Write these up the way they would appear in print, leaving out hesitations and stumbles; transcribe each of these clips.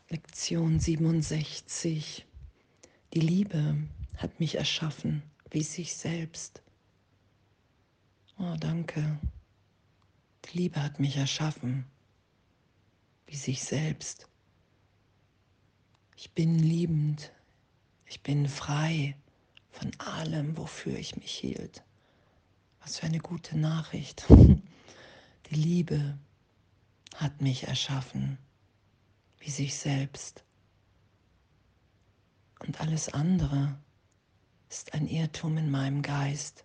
Lektion 67. Die Liebe hat mich erschaffen wie sich selbst. Oh, danke. Die Liebe hat mich erschaffen wie sich selbst. Ich bin liebend. Ich bin frei von allem, wofür ich mich hielt. Was für eine gute Nachricht. Die Liebe hat mich erschaffen wie sich selbst. Und alles andere ist ein Irrtum in meinem Geist.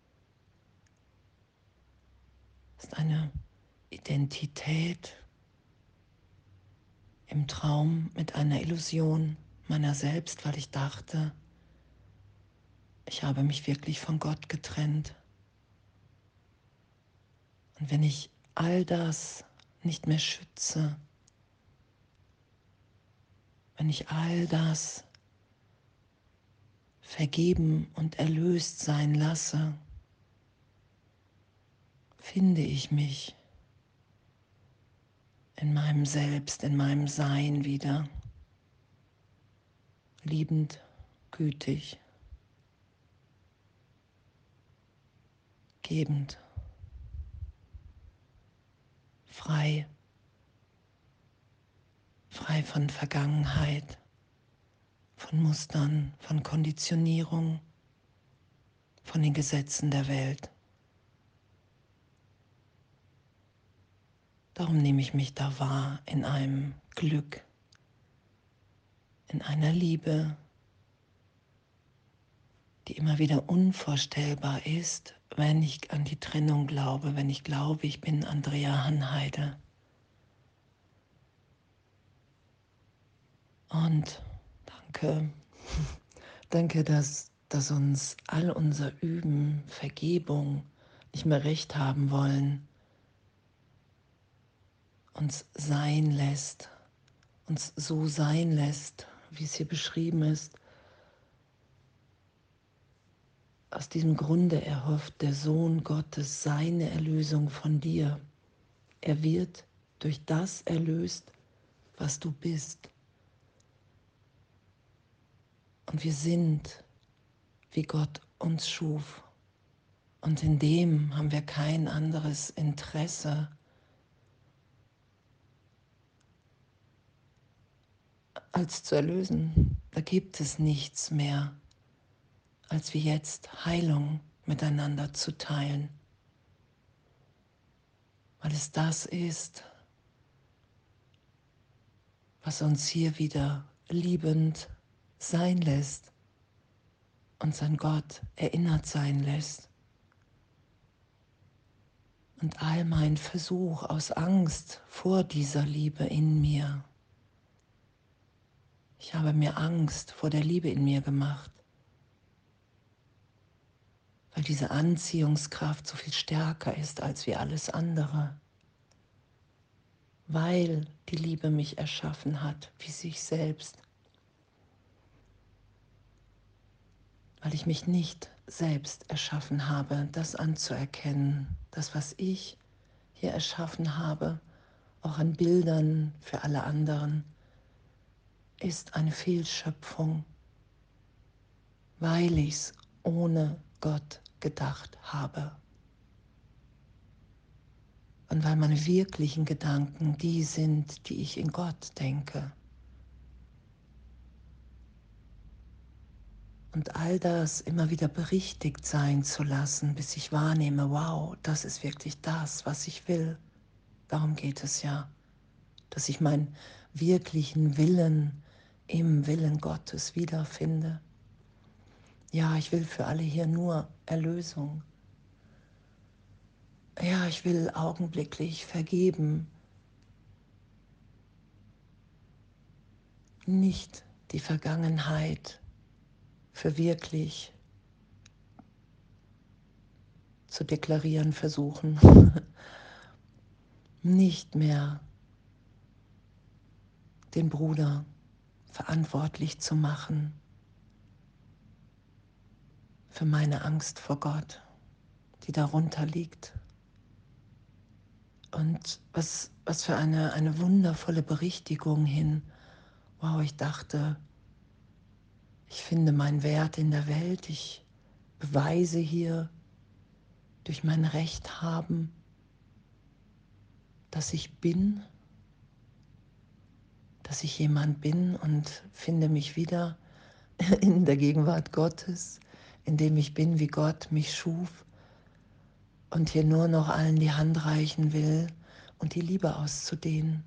Ist eine Identität im Traum mit einer Illusion meiner selbst, weil ich dachte, ich habe mich wirklich von Gott getrennt. Und wenn ich all das nicht mehr schütze, wenn ich all das vergeben und erlöst sein lasse, finde ich mich in meinem Selbst, in meinem Sein wieder, liebend, gütig, gebend, frei, frei von Vergangenheit, von Mustern, von Konditionierung, von den Gesetzen der Welt. Darum nehme ich mich da wahr in einem Glück, in einer Liebe, die immer wieder unvorstellbar ist, wenn ich an die Trennung glaube, wenn ich glaube, ich bin Andrea Hanheide. Und danke, danke, dass uns all unser Üben, Vergebung, nicht mehr recht haben wollen, uns sein lässt, uns so sein lässt, wie es hier beschrieben ist. Aus diesem Grunde erhofft der Sohn Gottes seine Erlösung von dir. Er wird durch das erlöst, was du bist. Und wir sind, wie Gott uns schuf. Und in dem haben wir kein anderes Interesse, als zu erlösen. Da gibt es nichts mehr, als wie jetzt Heilung miteinander zu teilen. Weil es das ist, was uns hier wieder liebend sein lässt, uns an Gott erinnert sein lässt. Und all mein Versuch aus Angst vor dieser Liebe in mir, ich habe mir Angst vor der Liebe in mir gemacht, weil diese Anziehungskraft so viel stärker ist als wie alles andere, weil die Liebe mich erschaffen hat wie sich selbst, weil ich mich nicht selbst erschaffen habe, das anzuerkennen, das, was ich hier erschaffen habe, auch an Bildern für alle anderen, ist eine Fehlschöpfung, weil ich es ohne Gott gedacht habe. Und weil meine wirklichen Gedanken die sind, die ich in Gott denke. Und all das immer wieder berichtigt sein zu lassen, bis ich wahrnehme, wow, das ist wirklich das, was ich will. Darum geht es ja, dass ich meinen wirklichen Willen im Willen Gottes wiederfinde. Ja, ich will für alle hier nur Erlösung. Ja, ich will augenblicklich vergeben, nicht die Vergangenheit für wirklich zu deklarieren versuchen, nicht mehr den Bruder verantwortlich zu machen für meine Angst vor Gott, die darunter liegt. Und was für eine wundervolle Berichtigung hin. wow, ich dachte, ich finde meinen Wert in der Welt, ich beweise hier durch mein Recht haben, dass ich bin, dass ich jemand bin und finde mich wieder in der Gegenwart Gottes, in dem ich bin, wie Gott mich schuf und hier nur noch allen die Hand reichen will und die Liebe auszudehnen.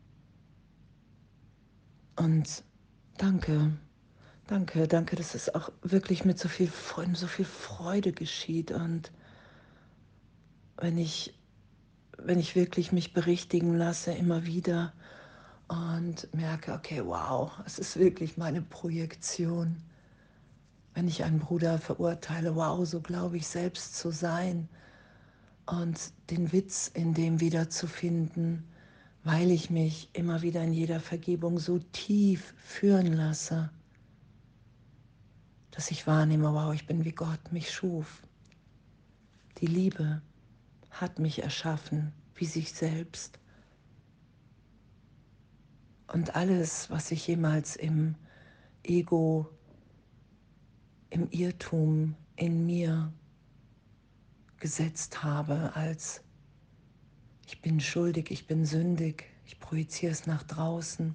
Und danke, danke, danke, dass es auch wirklich mit so viel Freude geschieht. Und wenn ich, wenn ich wirklich mich berichtigen lasse, immer wieder und merke, okay, wow, es ist wirklich meine Projektion. Wenn ich einen Bruder verurteile, wow, so glaube ich selbst zu sein und den Witz in dem wiederzufinden, weil ich mich immer wieder in jeder Vergebung so tief führen lasse, dass ich wahrnehme, wow, ich bin wie Gott mich schuf. Die Liebe hat mich erschaffen wie sich selbst. Und alles, was ich jemals im Ego, im Irrtum in mir gesetzt habe, als ich bin schuldig, ich bin sündig, ich projiziere es nach draußen,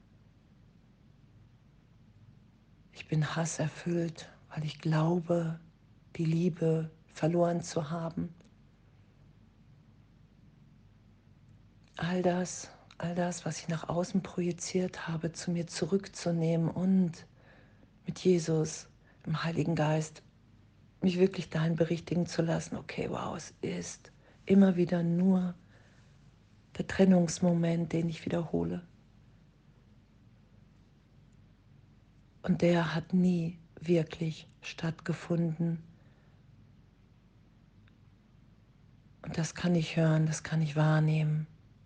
ich bin hasserfüllt, weil ich glaube, die Liebe verloren zu haben. All das, was ich nach außen projiziert habe, zu mir zurückzunehmen und mit Jesus, dem Heiligen Geist, mich wirklich dahin berichtigen zu lassen, okay, wow, es ist immer wieder nur der Trennungsmoment, den ich wiederhole. Und der hat nie wirklich stattgefunden. Und das kann ich hören, das kann ich wahrnehmen.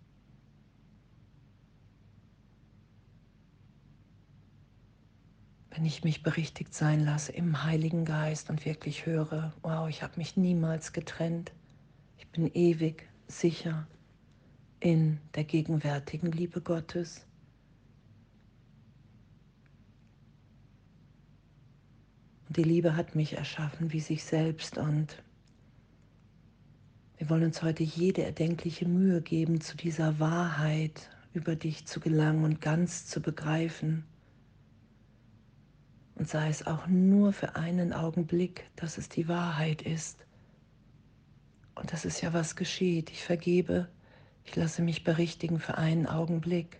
Wenn ich mich berichtigt sein lasse im Heiligen Geist und wirklich höre, wow, ich habe mich niemals getrennt. Ich bin ewig sicher in der gegenwärtigen Liebe Gottes. Und die Liebe hat mich erschaffen wie sich selbst. Und wir wollen uns heute jede erdenkliche Mühe geben, zu dieser Wahrheit über dich zu gelangen und ganz zu begreifen. Und sei es auch nur für einen Augenblick, dass es die Wahrheit ist. Und das ist ja, was geschieht. Ich vergebe, ich lasse mich berichtigen für einen Augenblick.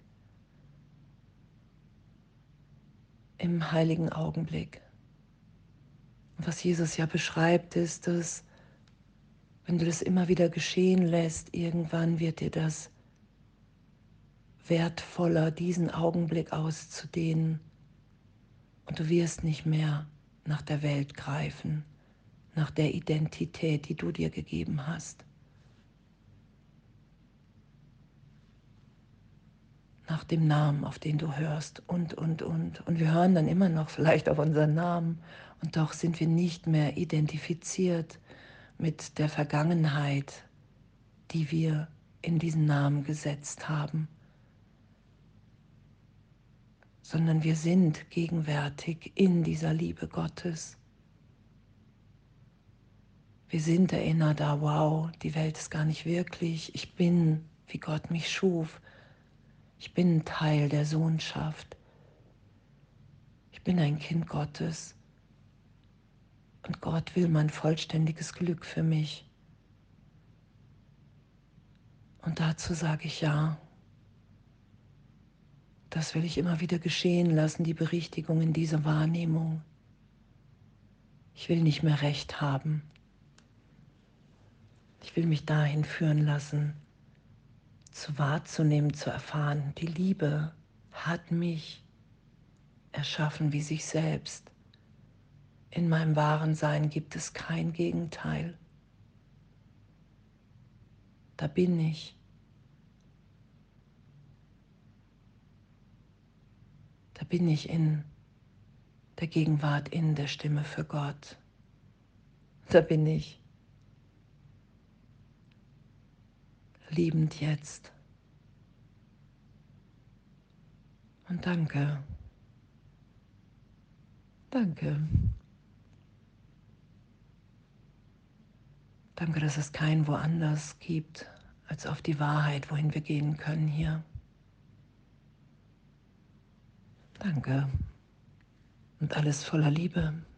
Im heiligen Augenblick. Und was Jesus ja beschreibt, ist, dass wenn du das immer wieder geschehen lässt, irgendwann wird dir das wertvoller, diesen Augenblick auszudehnen. Und du wirst nicht mehr nach der Welt greifen, nach der Identität, die du dir gegeben hast. Nach dem Namen, auf den du hörst und. Und wir hören dann immer noch vielleicht auf unseren Namen und doch sind wir nicht mehr identifiziert mit der Vergangenheit, die wir in diesen Namen gesetzt haben, sondern wir sind gegenwärtig in dieser Liebe Gottes. Wir sind erinnert, ah, wow, die Welt ist gar nicht wirklich, ich bin, wie Gott mich schuf, ich bin Teil der Sohnschaft, ich bin ein Kind Gottes und Gott will mein vollständiges Glück für mich. Und dazu sage ich ja. Das will ich immer wieder geschehen lassen, die Berichtigung in dieser Wahrnehmung. Ich will nicht mehr Recht haben. Ich will mich dahin führen lassen, zu wahrzunehmen, zu erfahren. Die Liebe hat mich erschaffen wie sich selbst. In meinem wahren Sein gibt es kein Gegenteil. Da bin ich. Da bin ich in der Gegenwart, in der Stimme für Gott. Da bin ich liebend jetzt. Und danke, danke, danke, dass es kein woanders gibt als auf die Wahrheit, wohin wir gehen können hier. Danke und alles voller Liebe.